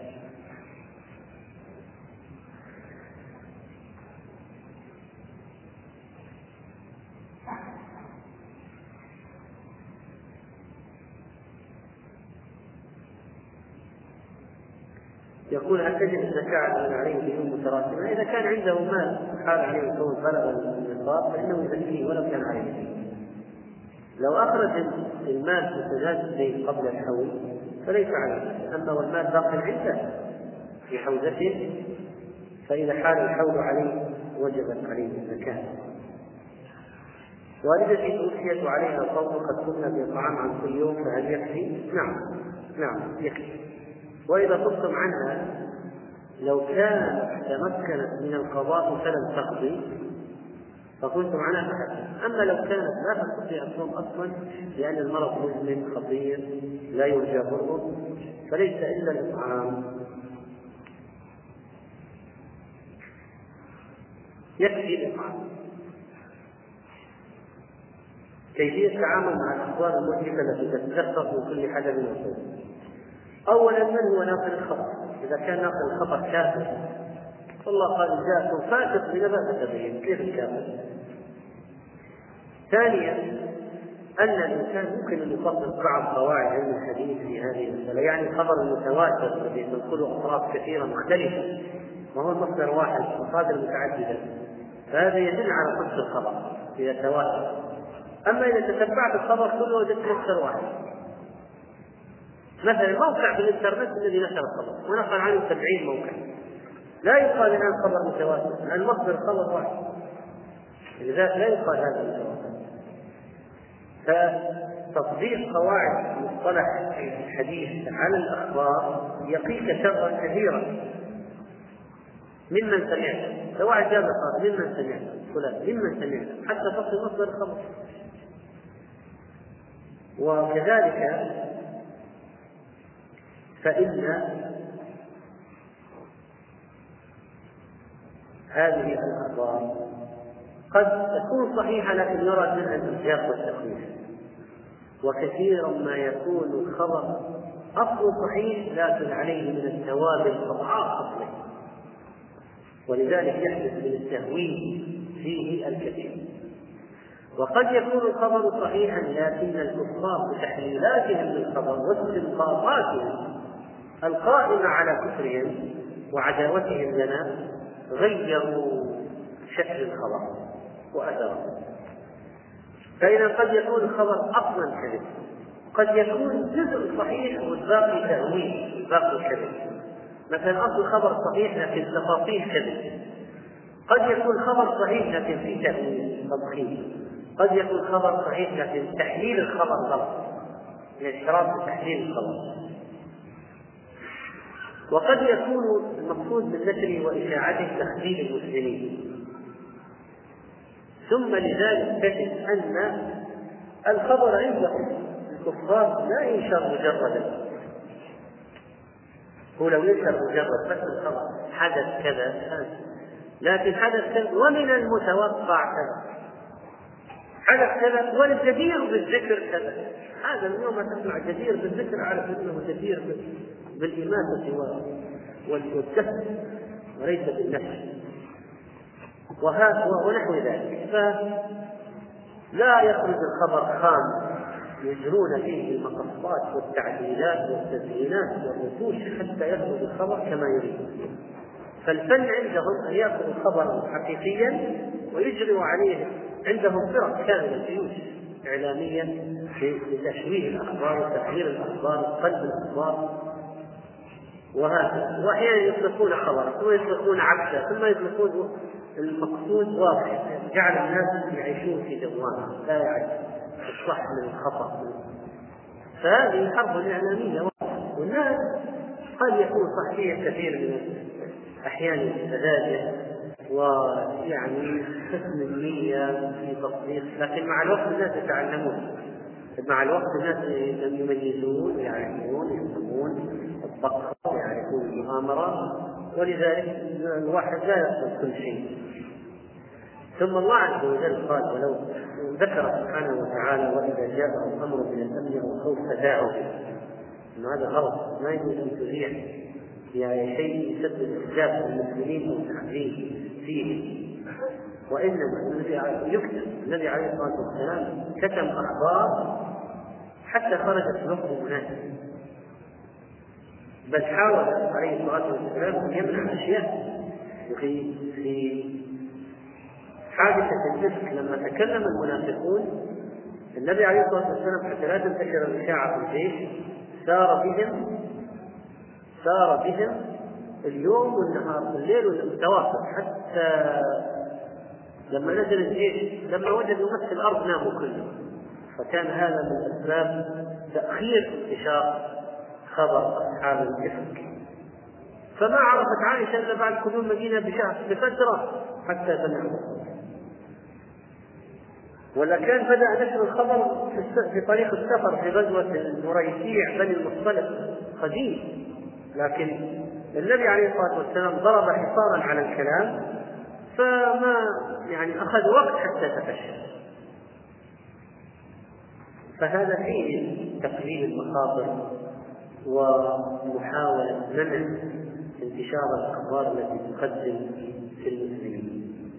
يقول هل تجب الزكاة على من عليه ديون متراكمة؟ إذا كان عنده مال حال عليه كون بلغ النصاب فإنه يزكيه ولو كان عليه دين. لو أخرج المال في سداد الدين قبل الحول فليس عليه، أما والمال باق عنده في حوزته فإذا حال الحول عليه وجبت عليه الزكاة. والدتي توفيت عليها صوم قد كنا بطعام عن كل يوم فهل يكفي؟ نعم يكفي. وإذا طلتم عنها لو كانت تمكنت من القضاء فلم تقضي فطلتم عنها فحسن، أما لو كانت لا تستطيع الصوم أصلا لأن المرض مزمن خطير لا يرجى برؤه فليس إلا الإطعام، يكفي الإطعام. كيفية التعامل مع الأخبار المؤلمة التي تتدفق من كل حدث وصول؟ أولا من هو ناقل الخبر؟ إذا كان ناقل الخبر كافر فالله قال جاءكم فاسق بنبأ فتبين، كيف الكافر؟ ثانيا أن الإنسان ممكن أن يطبق بعض قواعد علم الحديث في هذه المسألة، يعني الخبر المتواتر الذي تنقله أطراف كثيرة مختلفة وهو مصدر واحد مصادر متعددة، فهذا يدل على صدق الخبر إذا تواتر. أما إذا تتبعت الخبر كله وجدت مصدر واحد، مثلا موقع في الإنترنت الذي نشر الخبر ونقل عنه 70 موقع، لا يقال الآن خبر متواتر لأن مصدر الخبر واحد، لذلك لا يقال هذا متواتر. فتطبيق قواعد مصطلح الحديث على الأخبار يقيك شرا كثيرا ممن سمعت. لو واحد جاب قال ممن سمعت فلان ممن سمعت حتى تصل مصدر الخبر. وكذلك فإن هذه الأخبار قد تكون صحيحة لكن يرى منها الإرجاف والتخويف، وكثيرا ما يكون الخبر أصل صحيح لكن عليه من التوابل أضعاف أصله، ولذلك يحدث من التهوين فيه الكثير. وقد يكون الخبر صحيحا لكن الكفار بتحليلاتهم للخبر واستنباطاتهم القائمة على كفرهم وعداوتهم لنا غيروا شكل الخبر وأثره. فإذا قد يكون الخبر أصلا كذب، قد يكون جزء صحيح والباقي تأويل، الباقي كذب. مثلا أصل الخبر صحيح لكن تفاصيل كذب. قد يكون خبر صحيح لكن فيه تأويل تضخيم. قد يكون خبر صحيح لكن تحليل الخبر غلط، الاشتراك في تحليل الخبر. وقد يكون المقصود من نشره وإشاعته تخذيل المسلمين. ثم لذلك تجد أن الخبر عندهم الكفار لا ينشر مجردا، هو لو ينشر مجرد بس الخبر حدث كذا، لكن حدث كذا ومن المتوقع كذا، حدث كذا والجدير بالذكر كذا. هذا من يوم ما تسمع جدير بالذكر عارف انه جدير بالإماتة والكسب وليس بالنفس ونحو ذلك. فلا يخرج الخبر خام يجرون فيه المقصات والتعديلات والتزيينات والرتوش حتى يخرج الخبر كما يريد. فالفن عندهم أن يأخذوا خبرا حقيقيا ويجروا عليه. عندهم فرق كاملة جيوش إعلامية لتشويه الأخبار وتغيير الأخبار وقلب الأخبار وهكذا. وأحيانا يطلقون خبرا ثم يطلقون عكسه ثم يطلقون المقصود واضح، جعل الناس يعيشون في دوامة لا يعرف الصح من الخطأ. فهذه حرب إعلامية، والناس قد يكون صحيح كثير من أحيان السذاجة ويعني حسن النية في تطبيق، لكن مع الوقت الناس يتعلمون، مع الوقت الناس يميزون يعرفون يفهمون الضغط يعرفون المؤامرة، ولذلك الواحد لا يقصد كل شيء. ثم الله عز وجل قال ولو ذكر سبحانه وتعالى وإذا جاءهم أمر من الأمن أو الخوف فذاعوا به، إنه هذا غلط، ما يجوز أن تذيع يعني شيء يسبب إحداث المسلمين أو تحريم فيه. وإنما يكتب النبي عليه الصلاة والسلام كتم أخبار حتى خرجت لفظ مناسب، بل حاول عليه الصلاة والسلام أن يمنع أشياء. في حادثة الإفك لما تكلم المنافقون النبي عليه الصلاة والسلام حتى لا تنتشر الإشاعة في الجيش سار بهم اليوم والنهار الليل والمتواصل حتى لما نزل الجيش لما وجدوا مس الأرض ناموا كلهم. فكان هذا من أسباب تأخير انتشار خبر أصحاب الإفك. فما عرفت عائشة إلا بعد قدوم المدينة بفترة حتى بلغوا. ولا كان بدأ نشر الخبر في طريق السفر في غزوة المريسيع بني المصطلق قديم، لكن النبي عليه الصلاة والسلام ضرب حصارا على الكلام فما يعني أخذ وقت حتى تفشى. فهذا فيه تقليل المخاطر ومحاولة منع انتشار الأخبار التي تقدم في المسلمين.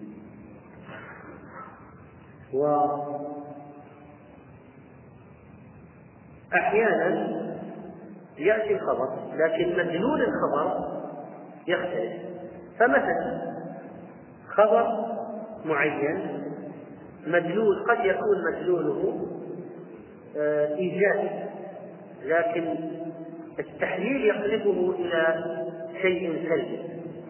وأحيانا يأتي الخبر لكن مدلول الخبر يختلف. فمثلا خبر معين مدلول قد يكون مدلوله إيجابي لكن التحليل يقلبه إلى شيء سلبي،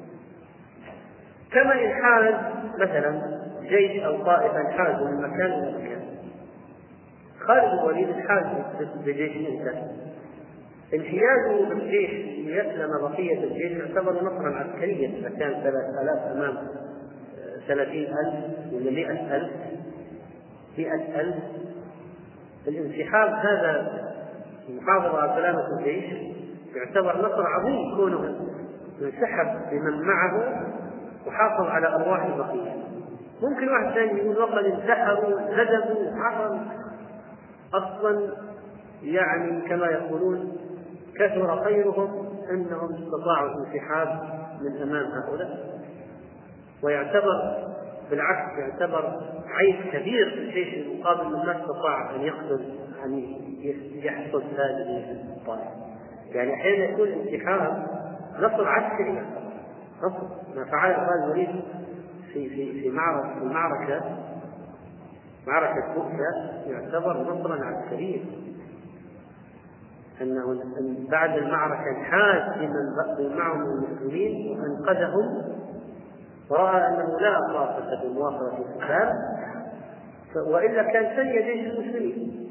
كما إن حاز مثلا جيش أو طائفة حازوا من مكان إلى مكان. خالد بن الوليد حاز بجيش منتهي، انحيازه بالجيش ليسلم بقية الجيش يعتبر نصرا عسكريا إذا كان 3000 أمام 30,000 ولا 100,000. الانسحاب هذا المحافظة على سلامة الجيش يعتبر نصر عظيم كونه انسحب بمن معه وحافظ على أرواح البقية. ممكن واحد ثاني يقول وقد انتحروا هدموا حرم أصلا يعني كما يقولون كثر خيرهم أنهم استطاعوا الانسحاب من أمام هؤلاء، ويعتبر بالعكس يعتبر عيب كبير في الجيش المقابل من ما استطاع أن يحصل هذه الطائفة. يعني أحيانا يكون الانسحاب نصر عسكري، نصر ما فعله خالد الوليد في معركة مؤتة يعتبر نصرا عسكريا، أنه بعد المعركة انحاز لمن معهم المسلمين وأنقذهم، ورأى أنه لا طاقة بمواصلة القتال، وإلا كان سري جيش المسلمين.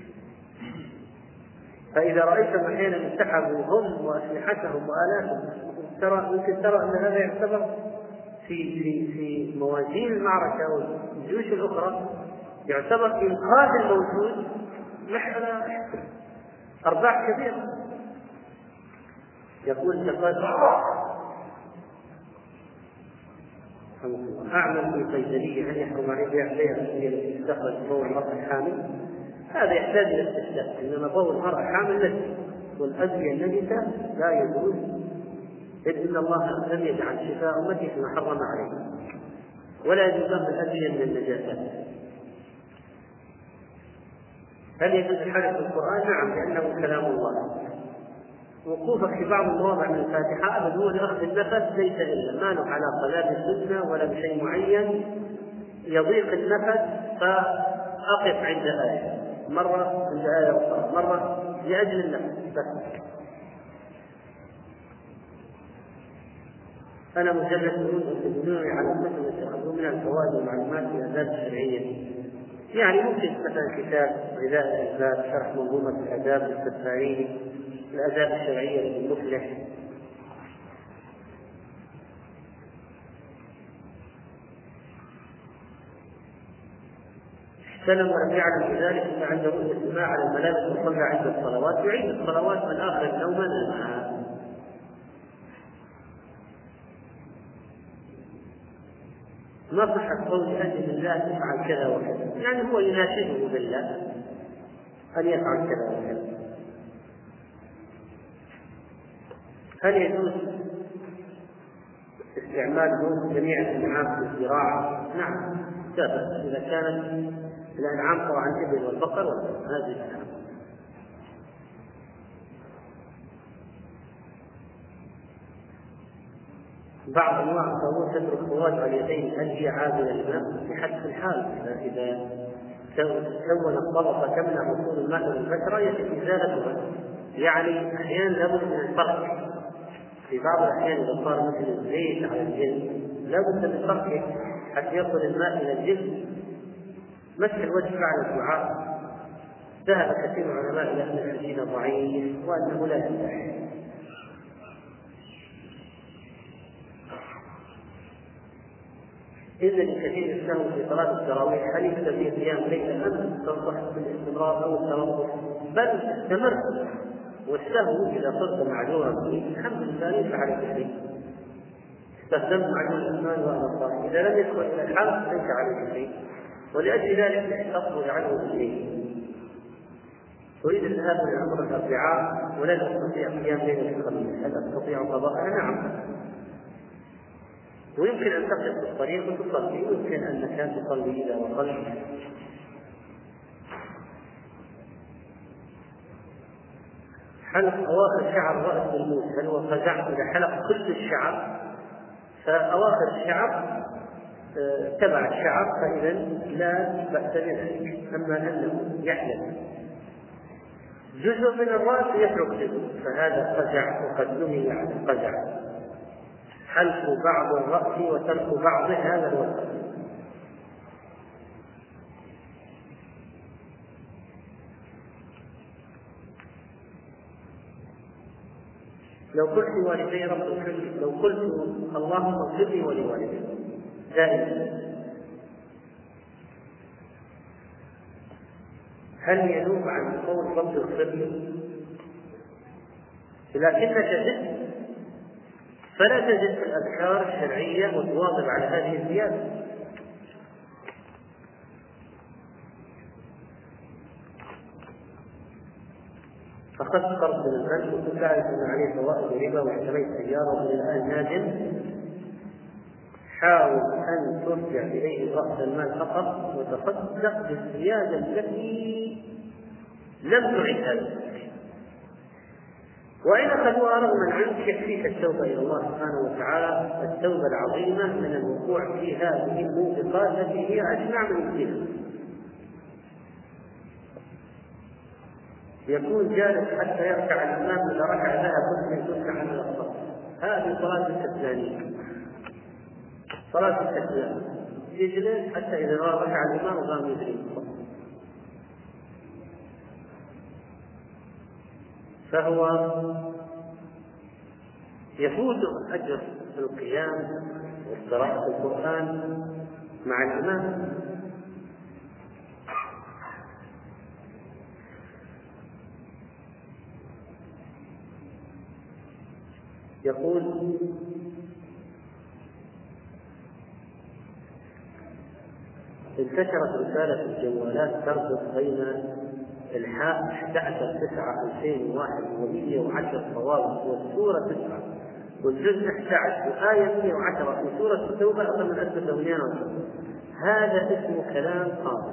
فإذا رأيتم أحيانا انسحبوا هم وأسلحتهم وآلاتهم ممكن ترى أن هذا يعتبر في موازين المعركة والجيوش الأخرى يعتبر إنقاذ الموجود محل أرباح كبيرة. يقول أعمل في صيدلية، هل يحكم عليه بيع الأدوية التي تستخرج ضوء المرأة الحامل؟ هذا يحتاج إلى استفتاء، إنما ضوء المرأة الحامل نجس، والأدوية النجسة لا يجوز، إن الله لم يجعل شفاء أمتي فيما حرم عليه، ولا يجوز أخذ الأدوية من النجاسات. هل يجوز الحلف بالقرآن؟ نعم، لأنه كلام الله. وقوفك في بعض المواضع من الفاتحة بدون أخذ النفس ليس إلا ما له علاقة لا بالسنة ولا بشيء معين، يضيق النفس فأقف عند آية، مرة عند آية أخرى، مرة لأجل النفس بس. أنا مجرد تدلوني على كتب يتخذون منها الفوائد والمعلومات في الآداب الشرعية. يعني ممكن مثلا كتاب غذاء الألباب، شرح منظومة الآداب للسفارين، الآداب الشرعية للمفلح. احتلم ولم يعلم بذلك إلا عند رؤية السماع على الملابس وصلى عند الصلوات، يعيد الصلوات من آخر نوما معها. نصح قول أجل الله تفعل كذا وكذا، يعني هو يناشده بالله أن يفعل كذا وكذا. هل يجوز استعمال دون جميع الأنعام في الزراعة؟ نعم، ثابت إذا كانت الأنعام طبعا الإبل والبقر هذه الأنعام. بعض أنواع الطاووس تترك فواجع اليدين، هل هي عادلة للنفس؟ بحسب الحال، إذا كونت طبقة تمنع وصول الماء للبشرة يجب إزالتها. يعني أحيانا لابد من الفرق، في بعض الأحيان إذا صار مثل الزيت على الجلد لابد من فرقه حتى يصل الماء إلى الجلد. مسح الوجه بعد الدعاء، ذهب كثير من العلماء إلى أن الحديث ضعيف وأنه لا يصح. إذا لكثير السهو في صلاة التراويح، هل يستطيع قيام ليلة أم تنصح بالاستمرار أو التوقف؟ بل استمر، والسهو إذا صرت معذورا فيه الحمد لله ليس عليك شيء. استخدمت معجون الأسنان وأنا صاحي، إذا لم يدخل إلى الحلق ليس عليك شيء، ولأجل ذلك احتفظ عنه بالليل. تريد الذهاب إلى عمرة الأربعاء ولا تستطيع قيام ليلة الخميس، هل تستطيع قضاءها؟ نعم، ويمكن أن تقف في الطريق وتصلي، ويمكن أنك تصلي إذا وصلت. حلق أواخر شعر رأس الموت، هل هو فزع؟ إذا حلق كل الشعر فأواخر الشعر تبع الشعر فإذا لا بأس بذلك. أما أنه يحلق جزء من الرأس يترك جزء فهذا فزع، وقد نهي عن الفزع. حلق بعض الرأس وترك بعضه هذا هو الفزع. لو قلت لوالدي رب اغفر لي، لو قلت اللهم اغفر لي ولوالدي دائما، هل ينوب عن قول رب اغفر لي؟ لكنك زدت فلا تزد في الأذكار الشرعية وتواظب على هذه الزيادة. أخذت قرض من البنك وكنت أعرف أن عليه فوائد ربا واشتريت سيارة وإلى الآن نادم، حاول أن ترجع إليه رأس المال فقط وتصدق بالزيادة التي لم تعدها، وإن أخذوها رغما عنك يكفيك التوبة إلى الله سبحانه وتعالى، التوبة العظيمة من الوقوع في هذه الموبقات التي هي أجمع من الزنا. يكون جالس حتى يركع الإمام، إذا ركع لها كل يركع عن الصلاة. هذه صلاة الكسلانية، صلاة الكسلان، يجلس حتى إذا ركع الإمام قام يدري، فهو يفوت أجر القيام وقراءة القرآن مع الإمام. يقول انتشرت رسالة في الجوالات تربط بين الحاء 11/9/2001 و110 صواب والسورة 9 والجزء 11 وآية 110 في سورة التوبة أقل من 1800. هذا اسمه كلام قاصد،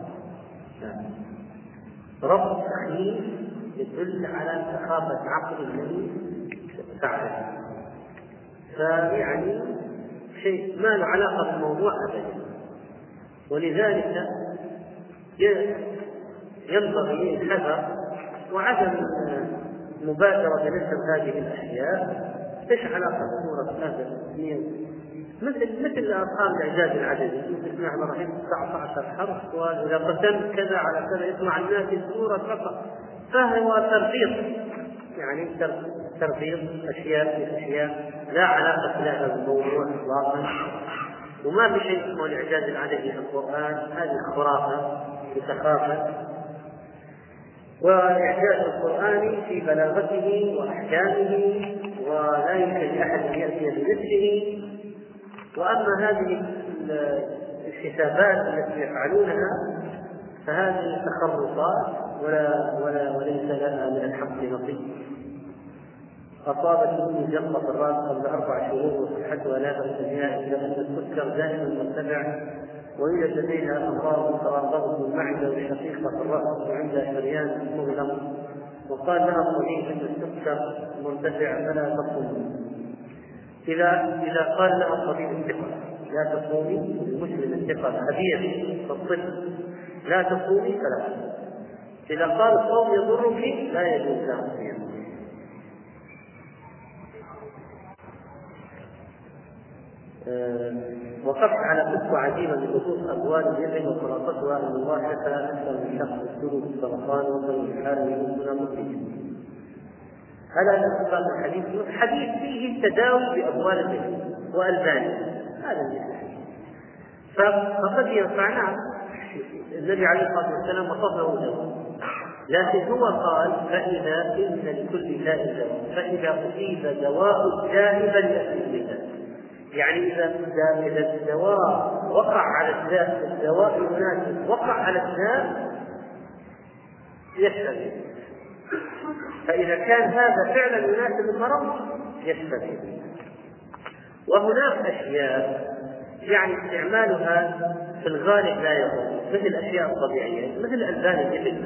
ربط تخييف يدل على سخافة عقل الذي فعله، فيعني شيء ما له علاقة بالموضوع أبدا. ولذلك ينبغي الحذر وعدم المبادرة بنشر هذه الأشياء. ايش علاقة بسورة هذا؟ مثل أرقام الإعجاز العددي، بسم الله الرحمن الرحيم 19 حرف، وإذا قسمت كذا على كذا يطلع الناس السورة فقط، فهو تربيط، يعني تربيط أشياء في أشياء لا علاقة لها بالموضوع إطلاقا، وما في شيء اسمه الإعجاز العددي في القرآن، هذه خرافة وسخافة. والإعجاز القرآني في بلاغته وأحكامه ولا يمكن لأحد أن يأتي بمثله. وأما هذه الحسابات التي يفعلونها فهذه تخرصات وليس لها من الحق نصيب. أصابت مني جلطة في الرأس قبل 4 شهور وصحتها لا بأس بها، إلا أن السكر دائما مرتفع ويوجد لديها أمراض مثل ضغط المعدة والشقيقة في الرأس وعندها شريان مغلق، وقال لها الطبيب أن السكر مرتفع فلا تصوم. إذا قال لها الطبيب الثقة لا تصومي، المسلم الثقة الخبير في الطب لا تصومي فلا تصومي. إذا قال الصوم يضرك لا يجوز لها الصيام. وقفت على قصة عجيبة بخصوص أبواب اليمن وخلاصتها أن الله شفى أكثر من شخص يصيبه بالسرطان وصل الحال يموتنا مخرج. هذا الحديث فيه التداوي بأبواب اليمن وألبانيا، هذا الحديث فقد ينفعنا. النبي عليه الصلاة والسلام وصفه دواء، لكن هو قال فإذا إن لكل داء دواء، فإذا أصيب دواء الداء فليأتي بالداء. يعني إذا الدواء وقع على الداء، الدواء المناسب وقع على الداء يشفى. فإذا كان هذا فعلا يناسب المرض يشفى. وهناك أشياء يعني استعمالها في الغالب لا يضر، مثل الأشياء الطبيعية مثل الألبان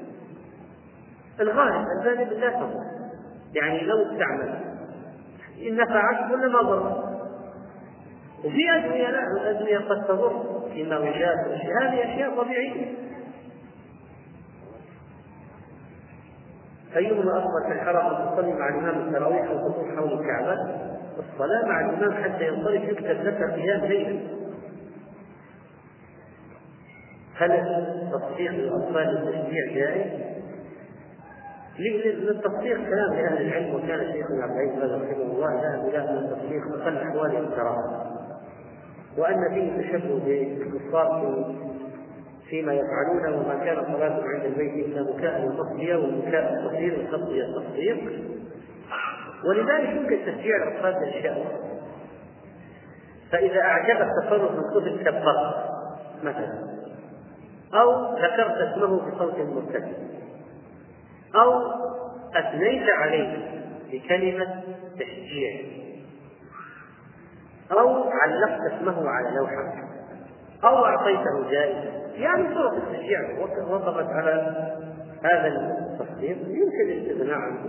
الغالب الألبان لا تضر، يعني لو استعمل إن نفعت ولا ما ضر. وفي أدوية لا، الأدوية قد تضر في موجات، هذه أشياء طبيعية. أيهما أفضل في الحرم، تصلي مع الإمام التراويح أو تطوف حول الكعبة؟ الصلاة مع الإمام حتى ينصرف يكتب لك قيام ليلا. هل تصديق الأطفال للتشجيع جائز؟ للتصديق كلام لأهل العلم، وكان شيخنا عبد العزيز رحمه الله ذهب إلى أن التصديق أقل أحوال الكراهة، وأن فيه تشبه بالكفار فيما يفعلونه، وما كان صلاتهم عند البيت إلا بكاء وتصدية، والبكاء التصديق والتصدية التصديق. ولذلك يمكن تشجيع الأطفال بالأشياء. فإذا أعجبك تصرف من كتب كبر مثلا، أو ذكرت اسمه بصوت مرتفع، أو أثنيت عليه بكلمة تشجيع أو علقت اسمه على لوحة أو أعطيته جائزة، يعني طرق التشجيع وقفت على هذا التصنيف يمكن الاستغناء عنه.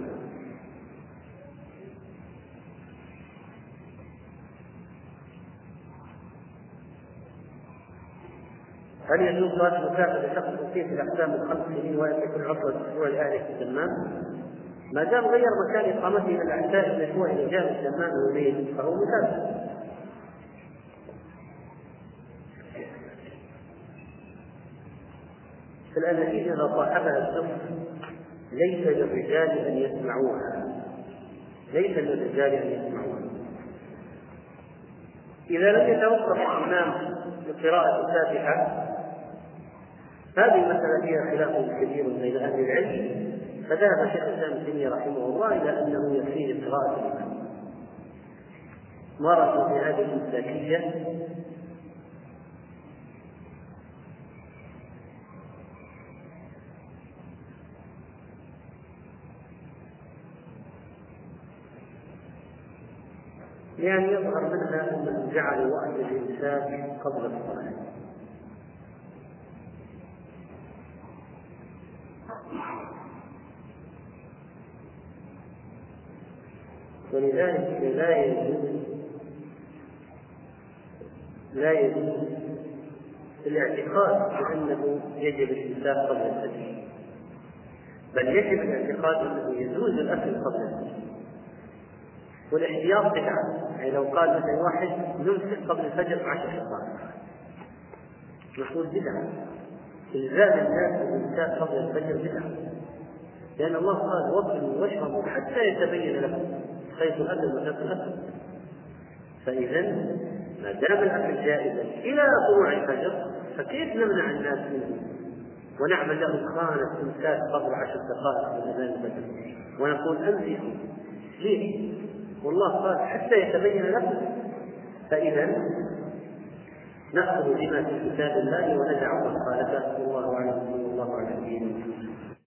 هل يجوز صلاة مسافة لشخص فيه في الأحكام من 5 سنين ويأتي كل عطلة أسبوع لأهله في الدمام؟ ما دام غير مكان إقامته إلى الأعتاء الأسبوع إلى جانب الدمام ويريد فهو مسافر. في الأناشيد إذا صاحبها الصف ليس للرجال أن يسمعوها، ليس للرجال أن يسمعوها. إذا لم يتوقف الإمام لقراءة الفاتحة هذه المسألة فيها خلاف كبير بين أهل العلم، فذهب شيخ الإسلام ابن تيمية رحمه الله إلى أنه يكفي لقراءة الإمام. مرة في هذه المساكية يعني يظهر منها أنه جعل وقت الإنسان قبل الصلاة، ولذلك لا يجوز الاعتقاد بأنه يجب الإمساك قبل الفجر، بل يجب الاعتقاد أنه يجوز الأكل قبل الفجر، والاحتياط بدعة. يعني لو قال مثلا واحد نمسك قبل الفجر 10 دقائق نقول بدعة، إلزام الناس بالإمساك قبل الفجر بدعة، لأن الله قال وكلوا واشربوا حتى يتبين لكم خيط الأبيض من خيط الأسود. فإذا ما دام الأكل جائزا إلى طلوع الفجر فكيف نمنع الناس منه ونعمل لهم خانة إمساك قبل 10 دقائق من أذان الفجر ونقول أمسكوا؟ ليه؟ والله قال حتى يتبين لكم. فإذا نأخذ بما في كتاب الله وندع ما خالفه. والله أعلم.